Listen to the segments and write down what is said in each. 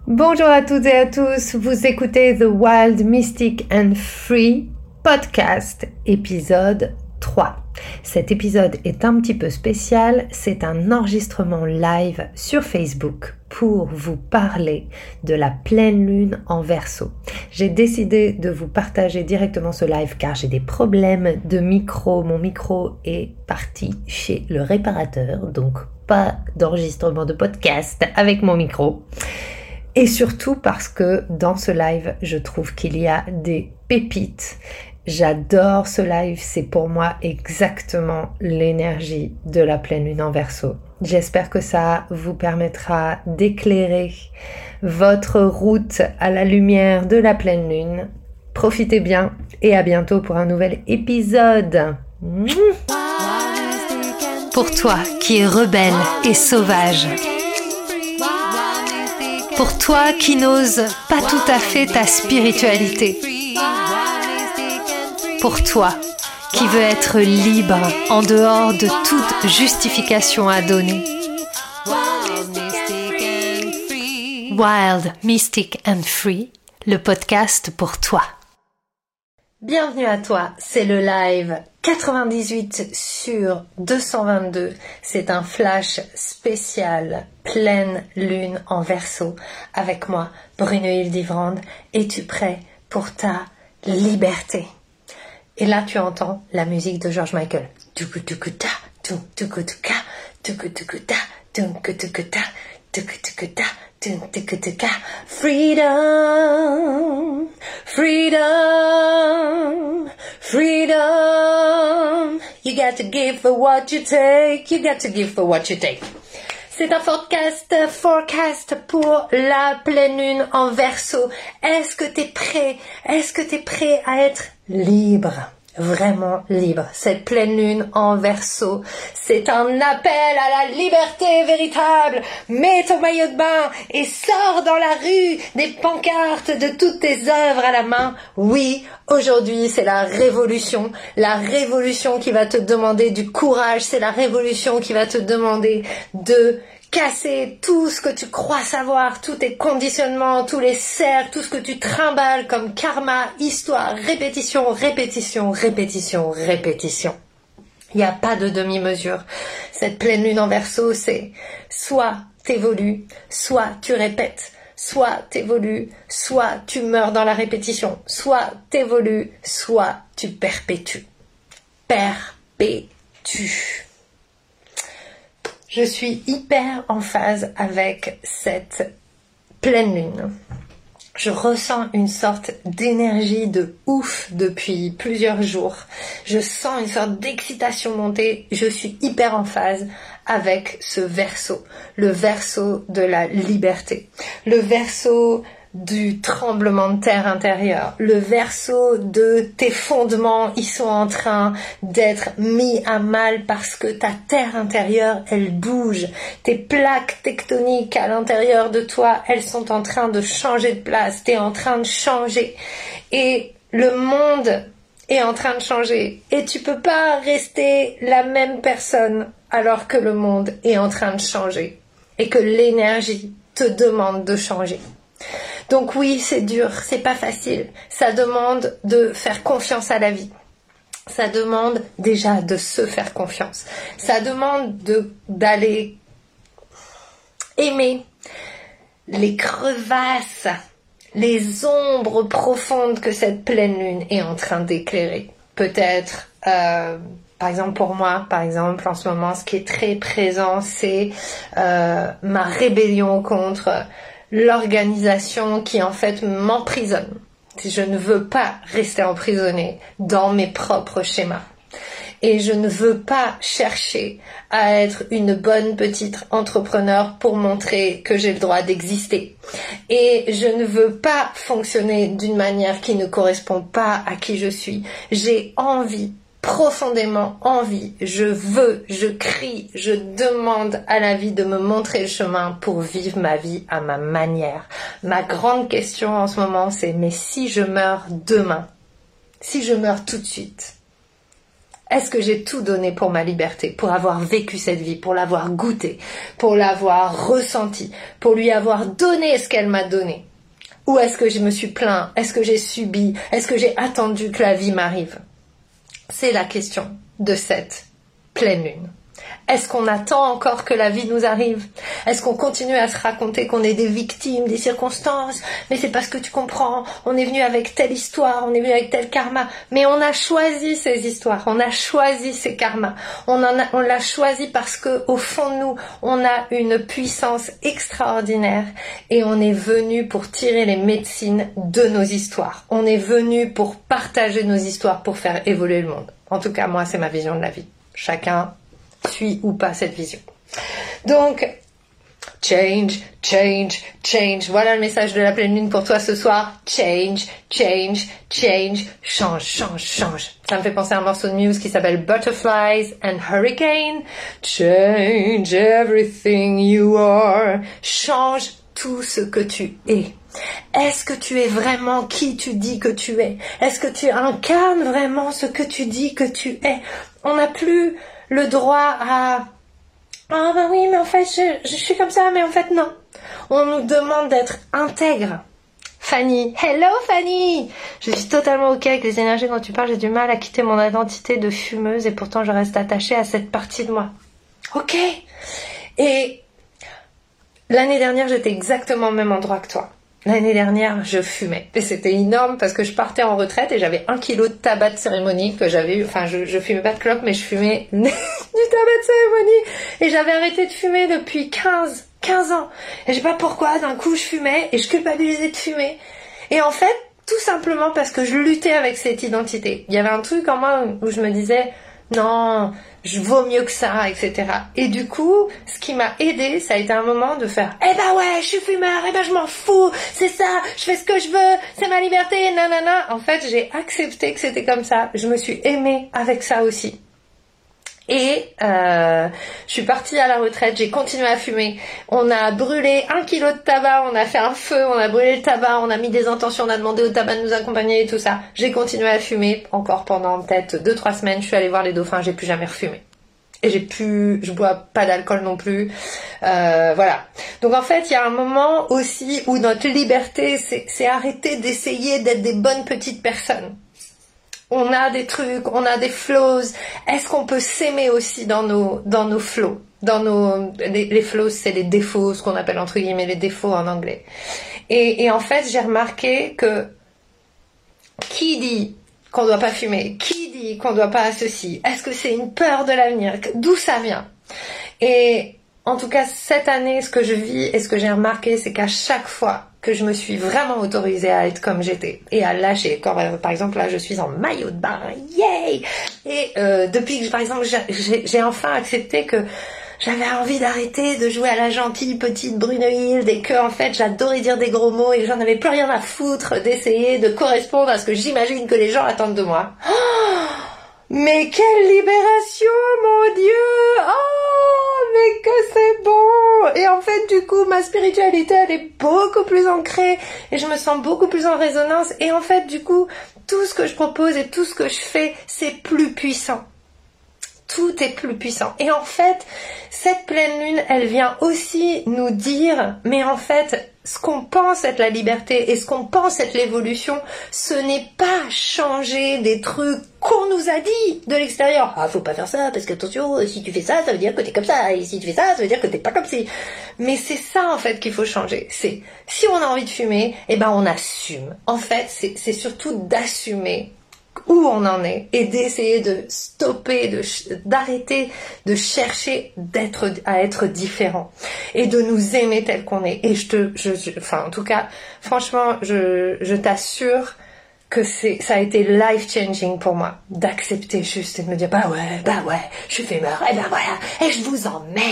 Bonjour à toutes et à tous, vous écoutez The Wild, Mystic and Free podcast, épisode 3. Cet épisode est un petit peu spécial, c'est un enregistrement live sur Facebook pour vous parler de la pleine lune en Verseau. J'ai décidé de vous partager directement ce live car j'ai des problèmes de micro, mon micro est parti chez le réparateur, donc pas d'enregistrement de podcast avec mon micro. Et surtout parce que dans ce live, je trouve qu'il y a des pépites. J'adore ce live, c'est pour moi exactement l'énergie de la pleine lune en Verseau. J'espère que ça vous permettra d'éclairer votre route à la lumière de la pleine lune. Profitez bien et à bientôt pour un nouvel épisode. Pour toi qui es rebelle et sauvage. Pour toi qui n'oses pas tout à fait ta spiritualité. Pour toi qui veux être libre en dehors de toute justification à donner. Wild, Mystic and Free, le podcast pour toi. Bienvenue à toi, c'est le live 98 sur 222. C'est un flash spécial pleine lune en Verseau avec moi, Brunehilde Ivrande. Es-tu prêt pour ta liberté? Et là, tu entends la musique de George Michael. Freedom, freedom, freedom. You got to give for what you take. You got to give for what you take. C'est un forecast pour la pleine lune en Verseau. Est-ce que t'es prêt? Est-ce que t'es prêt à être libre? Vraiment libre. Cette pleine lune en Verseau, c'est un appel à la liberté véritable. Mets ton maillot de bain et sors dans la rue, des pancartes de toutes tes œuvres à la main. Oui, aujourd'hui c'est la révolution qui va te demander du courage, c'est la révolution qui va te demander de casser tout ce que tu crois savoir, tous tes conditionnements, tous les cercles, tout ce que tu trimbales comme karma, histoire, répétition, répétition, répétition, répétition. Il n'y a pas de demi-mesure. Cette pleine lune en Verseau, c'est soit t'évolues, soit tu répètes, soit t'évolues, soit tu meurs dans la répétition, soit t'évolues, soit tu perpétues. Perpétue. Je suis hyper en phase avec cette pleine lune. Je ressens une sorte d'énergie de ouf depuis plusieurs jours. Je sens une sorte d'excitation monter. Je suis hyper en phase avec ce Verseau. Le Verseau de la liberté. Le Verseau du tremblement de terre intérieur, le Verseau de tes fondements, ils sont en train d'être mis à mal parce que ta terre intérieure, elle bouge. Tes plaques tectoniques à l'intérieur de toi, elles sont en train de changer de place. T'es en train de changer. Et le monde est en train de changer. Et tu peux pas rester la même personne alors que le monde est en train de changer. Et que l'énergie te demande de changer. Donc oui, c'est dur, c'est pas facile. Ça demande de faire confiance à la vie. Ça demande déjà de se faire confiance. Ça demande d'aller aimer les crevasses, les ombres profondes que cette pleine lune est en train d'éclairer. Peut-être, par exemple pour moi, en ce moment, ce qui est très présent, c'est ma rébellion contre l'organisation qui en fait m'emprisonne. Je ne veux pas rester emprisonnée dans mes propres schémas. Et je ne veux pas chercher à être une bonne petite entrepreneur pour montrer que j'ai le droit d'exister. Et je ne veux pas fonctionner d'une manière qui ne correspond pas à qui je suis. J'ai envie, profondément envie, je veux, je crie, je demande à la vie de me montrer le chemin pour vivre ma vie à ma manière. Ma grande question en ce moment, c'est mais si je meurs demain, si je meurs tout de suite, Est-ce que j'ai tout donné pour ma liberté, pour avoir vécu cette vie, pour l'avoir goûtée, pour l'avoir ressentie, pour lui avoir donné ce qu'elle m'a donné? Ou est-ce que je me suis plaint? Est-ce que j'ai subi? Est-ce que j'ai attendu que la vie m'arrive? C'est la question de cette pleine lune. Est-ce qu'on attend encore que la vie nous arrive? Est-ce qu'on continue à se raconter qu'on est des victimes des circonstances? Mais c'est parce que tu comprends, on est venu avec telle histoire, on est venu avec tel karma. Mais on a choisi ces histoires, on a choisi ces karmas. On l'a choisi parce que au fond de nous, on a une puissance extraordinaire et on est venu pour tirer les médecines de nos histoires. On est venu pour partager nos histoires, pour faire évoluer le monde. En tout cas, moi, c'est ma vision de la vie. Chacun suit ou pas cette vision. Donc, change, change, change. Voilà le message de la pleine lune pour toi ce soir. Change, change, change. Change, change, change. Ça me fait penser à un morceau de Muse qui s'appelle Butterflies and Hurricane. Change everything you are. Change tout ce que tu es. Est-ce que tu es vraiment qui tu dis que tu es? Est-ce que tu incarnes vraiment ce que tu dis que tu es? On n'a plus le droit à ah ben oui mais en fait je suis comme ça mais en fait non. On nous demande d'être intègre. Fanny, hello Fanny. Je suis totalement ok avec les énergies dont tu parles. J'ai du mal à quitter mon identité de fumeuse et pourtant je reste attachée à cette partie de moi. Ok. Et l'année dernière j'étais exactement au même endroit que toi. L'année dernière, je fumais. Et c'était énorme parce que je partais en retraite et j'avais 1 kilo de tabac de cérémonie que j'avais eu. Enfin, je fumais pas de clope, mais je fumais du tabac de cérémonie. Et j'avais arrêté de fumer depuis 15 ans. Et je sais pas pourquoi, d'un coup, je fumais et je culpabilisais de fumer. Et en fait, tout simplement parce que je luttais avec cette identité. Il y avait un truc en moi où je me disais, non, je vaux mieux que ça, etc. Et du coup, ce qui m'a aidé, ça a été un moment de faire, eh ben ouais, je suis fumeur, eh ben je m'en fous, c'est ça, je fais ce que je veux, c'est ma liberté, nanana. En fait, j'ai accepté que c'était comme ça. Je me suis aimée avec ça aussi. Et je suis partie à la retraite, j'ai continué à fumer. On a brûlé 1 kilo de tabac, on a fait un feu, on a brûlé le tabac, on a mis des intentions, on a demandé au tabac de nous accompagner et tout ça. J'ai continué à fumer encore pendant peut-être 2-3 semaines. Je suis allée voir les dauphins, j'ai plus jamais refumé. Et je bois pas d'alcool non plus. Voilà. Donc en fait, il y a un moment aussi où notre liberté, c'est arrêter d'essayer d'être des bonnes petites personnes. On a des trucs, on a des flows. Est-ce qu'on peut s'aimer aussi dans nos flows? Les flows, c'est les défauts, ce qu'on appelle entre guillemets les défauts en anglais. Et en fait, j'ai remarqué que qui dit qu'on doit pas fumer? Qui dit qu'on doit pas ceci? Est-ce que c'est une peur de l'avenir? D'où ça vient? Et en tout cas, cette année, ce que je vis et ce que j'ai remarqué, c'est qu'à chaque fois que je me suis vraiment autorisée à être comme j'étais et à lâcher, quand par exemple là je suis en maillot de bain, yay! Et depuis que par exemple j'ai enfin accepté que j'avais envie d'arrêter de jouer à la gentille petite Brunehilde et que en fait j'adorais dire des gros mots et que j'en avais plus rien à foutre d'essayer de correspondre à ce que j'imagine que les gens attendent de moi. Oh, mais quelle libération, mon Dieu! Oh, mais que c'est bon! Et en fait, du coup, ma spiritualité, elle est beaucoup plus ancrée et je me sens beaucoup plus en résonance. Et en fait, du coup, tout ce que je propose et tout ce que je fais, c'est plus puissant. Tout est plus puissant. Et en fait, cette pleine lune, elle vient aussi nous dire, mais en fait, ce qu'on pense être la liberté et ce qu'on pense être l'évolution, ce n'est pas changer des trucs qu'on nous a dit de l'extérieur. Ah, faut pas faire ça, parce que attention, si tu fais ça, ça veut dire que t'es comme ça, et si tu fais ça, ça veut dire que t'es pas comme ci. Mais c'est ça, en fait, qu'il faut changer. C'est, si on a envie de fumer, eh ben, on assume. En fait, c'est surtout d'assumer où on en est et d'essayer de stopper, d'arrêter de chercher à être différent et de nous aimer tel qu'on est. Et enfin, en tout cas, franchement, je t'assure que ça a été life changing pour moi d'accepter juste et de me dire bah ouais, je suis fumeur, et ben voilà, et je vous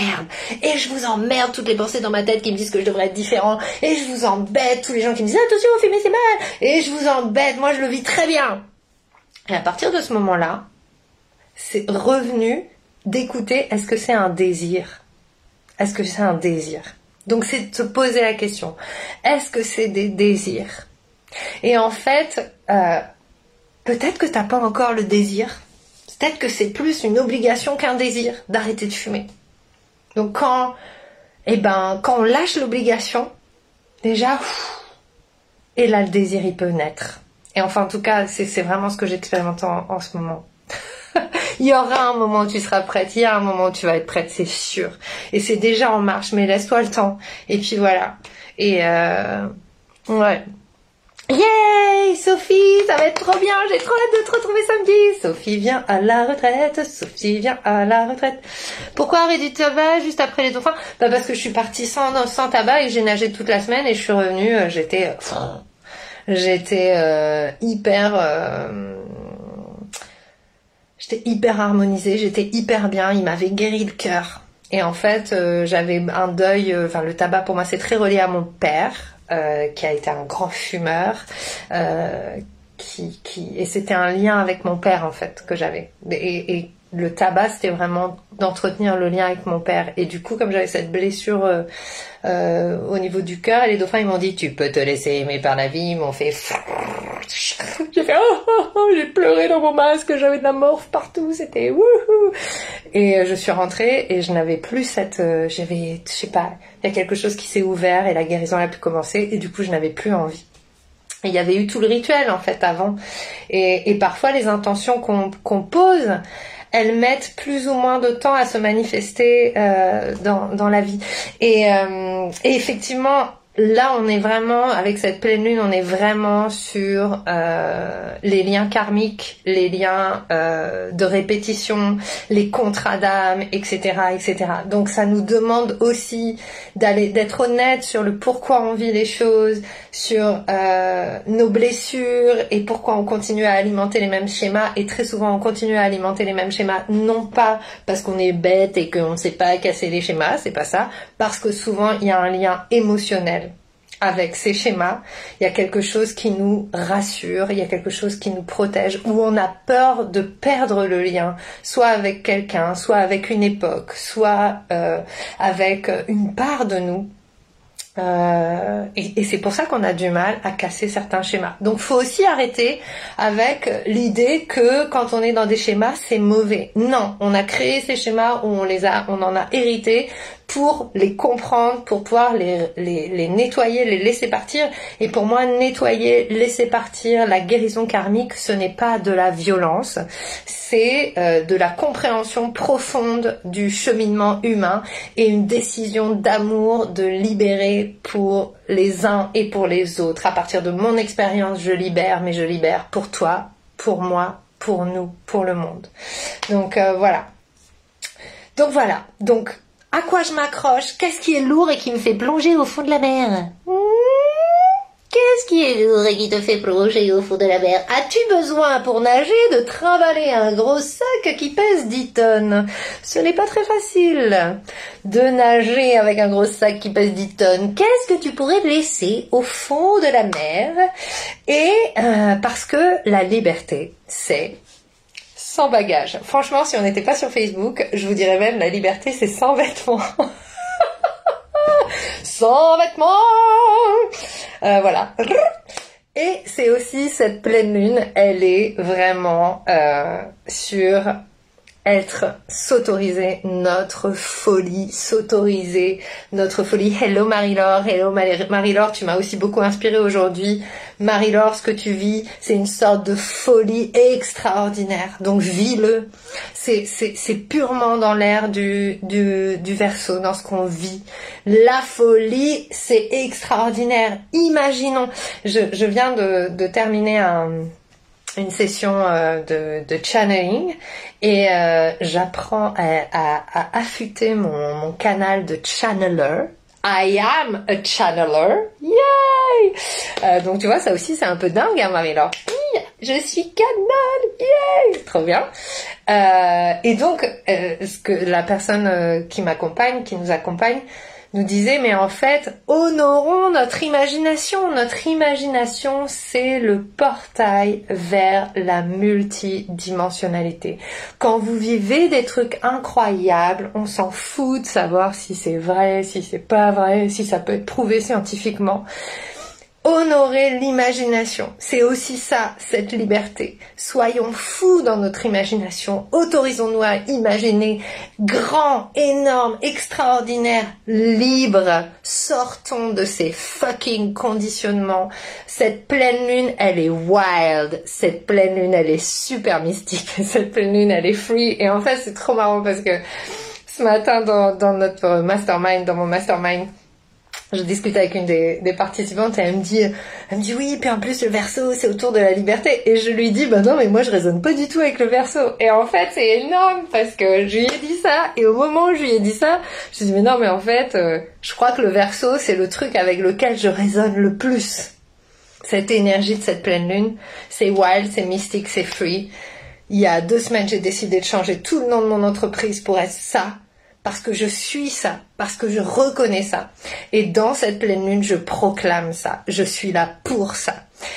emmerde toutes les pensées dans ma tête qui me disent que je devrais être différent, et je vous embête tous les gens qui me disent attention, fumer c'est mal, et je vous embête, moi je le vis très bien. Et à partir de ce moment-là, c'est revenu d'écouter, est-ce que c'est un désir? Est-ce que c'est un désir? Donc c'est de se poser la question, est-ce que c'est des désirs? Et en fait, peut-être que t'as pas encore le désir. Peut-être que c'est plus une obligation qu'un désir d'arrêter de fumer. Donc quand on lâche l'obligation, déjà, et là le désir il peut naître. Et enfin en tout cas, c'est vraiment ce que j'expérimente en ce moment. Il y aura un moment où tu seras prête, il y a un moment où tu vas être prête, c'est sûr. Et c'est déjà en marche, mais laisse-toi le temps. Et puis voilà. Et ouais. Yay, Sophie, ça va être trop bien, j'ai trop hâte de te retrouver samedi. Sophie vient à la retraite, Sophie vient à la retraite. Pourquoi arrêter du tabac juste après les dauphins? Parce que je suis partie sans tabac et j'ai nagé toute la semaine et je suis revenue, j'étais hyper harmonisée, j'étais hyper bien, il m'avait guéri le cœur. Et en fait, j'avais un deuil, le tabac pour moi c'est très relié à mon père. Qui a été un grand fumeur, et c'était un lien avec mon père en fait que j'avais. Et le tabac c'était vraiment d'entretenir le lien avec mon père. Et du coup, comme j'avais cette blessure au niveau du cœur, et les dauphins ils m'ont dit tu peux te laisser aimer par la vie, ils m'ont fait j'ai fait j'ai pleuré dans mon masque, j'avais de la morphe partout, c'était wouhou. Et je suis rentrée et je n'avais plus cette je sais pas, il y a quelque chose qui s'est ouvert et la guérison a pu commencer et du coup je n'avais plus envie. Et il y avait eu tout le rituel en fait avant. Et parfois les intentions qu'on pose, elles mettent plus ou moins de temps à se manifester dans la vie. Et effectivement, là on est vraiment, avec cette pleine lune, on est vraiment sur les liens karmiques, les liens de répétition, les contrats d'âme, etc., etc. Donc ça nous demande aussi d'être honnête sur le pourquoi on vit les choses, sur nos blessures et pourquoi on continue à alimenter les mêmes schémas. Et très souvent on continue à alimenter les mêmes schémas, non pas parce qu'on est bête et qu'on ne sait pas casser les schémas, c'est pas ça, parce que souvent il y a un lien émotionnel avec ces schémas, il y a quelque chose qui nous rassure, il y a quelque chose qui nous protège, où on a peur de perdre le lien, soit avec quelqu'un, soit avec une époque, soit avec une part de nous. Et c'est pour ça qu'on a du mal à casser certains schémas. Donc faut aussi arrêter avec l'idée que quand on est dans des schémas, c'est mauvais. Non, on a créé ces schémas, on en a hérité pour les comprendre, pour pouvoir les nettoyer, les laisser partir. Et pour moi, nettoyer, laisser partir, la guérison karmique, ce n'est pas de la violence, c'est de la compréhension profonde du cheminement humain et une décision d'amour, de libérer pour les uns et pour les autres. À partir de mon expérience, je libère, mais je libère pour toi, pour moi, pour nous, pour le monde. Donc voilà. Donc à quoi je m'accroche? Qu'est-ce qui est lourd et qui me fait plonger au fond de la mer? Qu'est-ce qui est lourd et qui te fait plonger au fond de la mer? As-tu besoin pour nager de trimballer un gros sac qui pèse 10 tonnes? Ce n'est pas très facile de nager avec un gros sac qui pèse 10 tonnes. Qu'est-ce que tu pourrais laisser au fond de la mer? Et parce que la liberté, c'est sans bagage. Franchement, si on n'était pas sur Facebook, je vous dirais même la liberté, c'est sans vêtements. Sans vêtements. Voilà. Et c'est aussi cette pleine lune, elle est vraiment sur s'autoriser notre folie. Hello Marie-Laure, tu m'as aussi beaucoup inspirée aujourd'hui. Marie-Laure, ce que tu vis, c'est une sorte de folie extraordinaire. Donc vis-le. C'est purement dans l'air du Verseau, dans ce qu'on vit. La folie, c'est extraordinaire. Imaginons. Je viens de terminer une session de channeling et j'apprends à affûter mon canal de channeler. I am a channeler. Yay! Donc tu vois, ça aussi c'est un peu dingue, hein, Marie-Laure. Je suis canal. Yay! Trop bien. Et donc, ce que la personne qui nous accompagne, nous disait, mais en fait, honorons notre imagination. Notre imagination, c'est le portail vers la multidimensionnalité. Quand vous vivez des trucs incroyables, on s'en fout de savoir si c'est vrai, si c'est pas vrai, si ça peut être prouvé scientifiquement. Honorer l'imagination, c'est aussi ça, cette liberté. Soyons fous dans notre imagination, autorisons-nous à imaginer grand, énorme, extraordinaire, libre. Sortons de ces fucking conditionnements. Cette pleine lune, elle est wild. Cette pleine lune, elle est super mystique. Cette pleine lune, elle est free. Et en fait, c'est trop marrant parce que ce matin, dans notre mastermind, dans mon mastermind, je discute avec une des participantes et elle me dit oui, puis en plus le Verseau c'est autour de la liberté, et je lui dis bah non mais moi je raisonne pas du tout avec le Verseau, et en fait c'est énorme parce que je lui ai dit ça, et au moment où je lui ai dit ça je lui ai dit mais non mais en fait je crois que le Verseau c'est le truc avec lequel je résonne le plus, cette énergie de cette pleine lune, c'est wild, c'est mystique, c'est free. Il y a 2 semaines j'ai décidé de changer tout le nom de mon entreprise pour être ça, parce que je suis ça, parce que je reconnais ça. Et dans cette pleine lune, je proclame ça. Je suis là pour ça.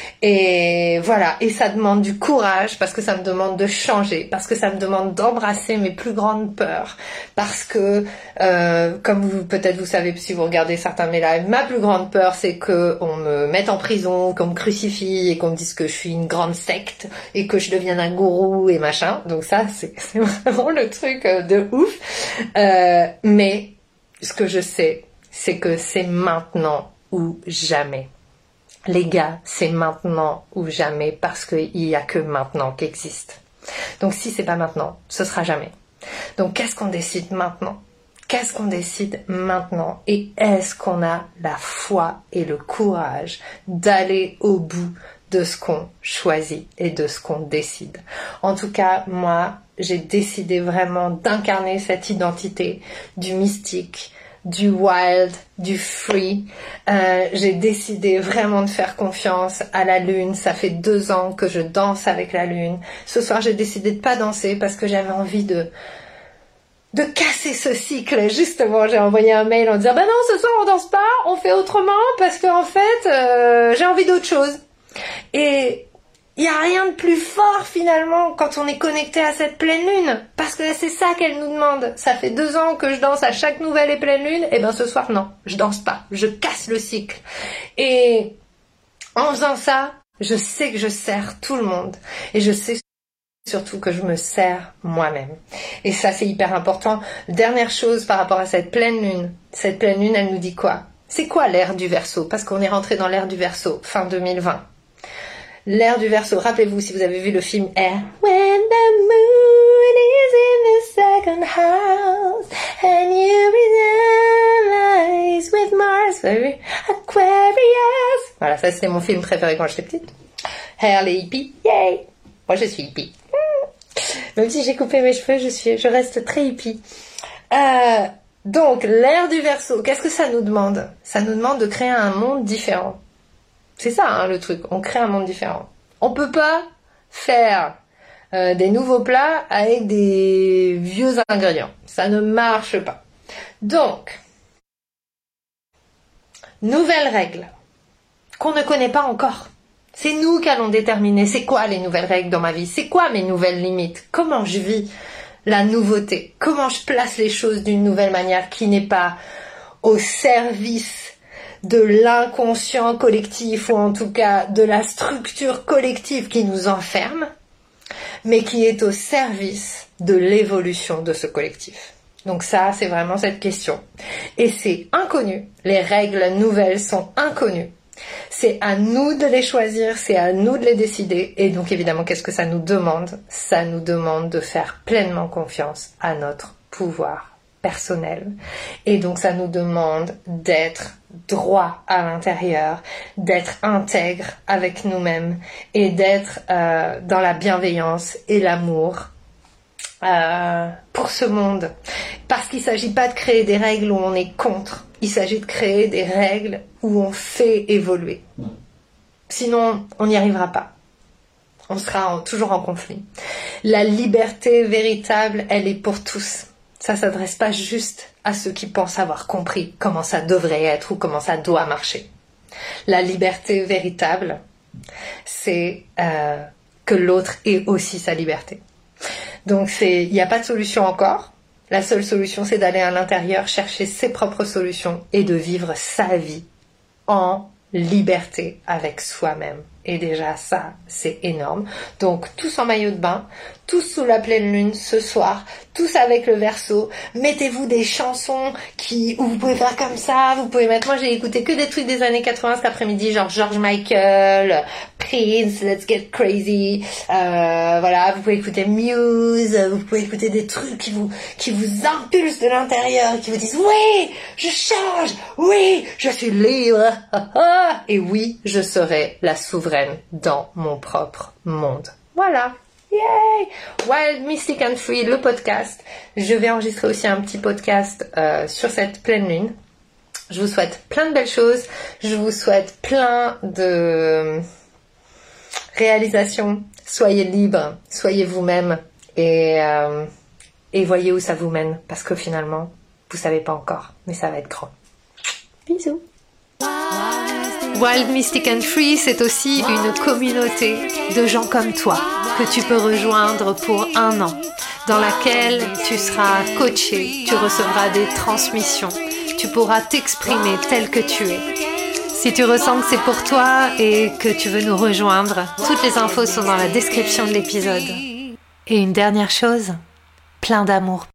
Et voilà. Et ça demande du courage, parce que ça me demande de changer, parce que ça me demande d'embrasser mes plus grandes peurs. Parce que, comme peut-être vous savez si vous regardez certains de mes lives, ma plus grande peur, c'est qu'on me mette en prison, qu'on me crucifie et qu'on me dise que je suis une grande secte et que je devienne un gourou et machin. Donc ça, c'est vraiment le truc de ouf. Mais ce que je sais, c'est que c'est maintenant ou jamais. Les gars, c'est maintenant ou jamais, parce qu'il n'y a que maintenant qui existe. Donc si c'est pas maintenant, ce sera jamais. Donc qu'est-ce qu'on décide maintenant? Qu'est-ce qu'on décide maintenant? Et est-ce qu'on a la foi et le courage d'aller au bout de ce qu'on choisit et de ce qu'on décide? En tout cas, moi, j'ai décidé vraiment d'incarner cette identité du mystique, du wild, du free. J'ai décidé vraiment de faire confiance à la lune. Ça fait 2 ans que je danse avec la lune. Ce soir, j'ai décidé de pas danser parce que j'avais envie de casser ce cycle. Justement, j'ai envoyé un mail en disant bah non, ce soir on danse pas, on fait autrement parce que en fait, j'ai envie d'autre chose. Et il y a rien de plus fort finalement quand on est connecté à cette pleine lune, parce que c'est ça qu'elle nous demande. Ça fait 2 ans que je danse à chaque nouvelle et pleine lune, et ben ce soir non, je danse pas, je casse le cycle. Et en faisant ça, je sais que je sers tout le monde, et je sais surtout que je me sers moi-même. Et ça c'est hyper important. Dernière chose par rapport à cette pleine lune, elle nous dit quoi? C'est quoi l'ère du Verseau? Parce qu'on est rentré dans l'ère du Verseau fin 2020. L'ère du Verseau, rappelez-vous si vous avez vu le film Air. When the moon is in the second house and you realize with Mars, vous avez vu? Aquarius. Voilà, ça c'était mon film préféré quand j'étais petite. Hair, les hippies, yay! Moi je suis hippie. Même si j'ai coupé mes cheveux, je reste très hippie. Donc, l'ère du Verseau, qu'est-ce que ça nous demande? Ça nous demande de créer un monde différent. C'est ça, hein, le truc. On crée un monde différent. On peut pas faire des nouveaux plats avec des vieux ingrédients. Ça ne marche pas. Donc, nouvelles règles qu'on ne connaît pas encore. C'est nous qui allons déterminer c'est quoi les nouvelles règles dans ma vie. C'est quoi mes nouvelles limites. Comment je vis la nouveauté. Comment je place les choses d'une nouvelle manière qui n'est pas au service de l'inconscient collectif, ou en tout cas de la structure collective qui nous enferme, mais qui est au service de l'évolution de ce collectif. Donc ça, c'est vraiment cette question. Et c'est inconnu. Les règles nouvelles sont inconnues. C'est à nous de les choisir, c'est à nous de les décider. Et donc évidemment, qu'est-ce que ça nous demande? Ça nous demande de faire pleinement confiance à notre pouvoir personnel. Et donc ça nous demande d'être droit à l'intérieur, d'être intègre avec nous-mêmes et d'être dans la bienveillance et l'amour pour ce monde. Parce qu'il ne s'agit pas de créer des règles où on est contre. Il s'agit de créer des règles où on fait évoluer. Sinon, on n'y arrivera pas. On sera toujours en conflit. La liberté véritable, elle est pour tous. Ça s'adresse pas juste à ceux qui pensent avoir compris comment ça devrait être ou comment ça doit marcher. La liberté véritable, c'est que l'autre ait aussi sa liberté. Donc il n'y a pas de solution encore. La seule solution, c'est d'aller à l'intérieur, chercher ses propres solutions et de vivre sa vie en liberté avec soi-même. Et déjà ça, c'est énorme. Donc tous en maillot de bain, tous sous la pleine lune ce soir, tous avec le Verseau. Mettez-vous des chansons où vous pouvez faire comme ça, vous pouvez mettre... Moi j'ai écouté que des trucs des années 80 cet après-midi, genre George Michael, Prince, Let's Get Crazy. Voilà, vous pouvez écouter Muse, vous pouvez écouter des trucs qui vous impulsent de l'intérieur, qui vous disent oui, je change, oui, je suis libre, et oui, je serai la souveraine dans mon propre monde. Voilà. Yay! Wild, Mystic and Free, le podcast. Je vais enregistrer aussi un petit podcast sur cette pleine lune. Je vous souhaite plein de belles choses. Je vous souhaite plein de réalisations. Soyez libres, soyez vous-même et voyez où ça vous mène. Parce que finalement, vous savez pas encore, mais ça va être grand. Bisous! Wild, Mystic and Free, c'est aussi une communauté de gens comme toi que tu peux rejoindre pour 1 an, dans laquelle tu seras coaché, tu recevras des transmissions, tu pourras t'exprimer tel que tu es. Si tu ressens que c'est pour toi et que tu veux nous rejoindre, toutes les infos sont dans la description de l'épisode. Et une dernière chose, plein d'amour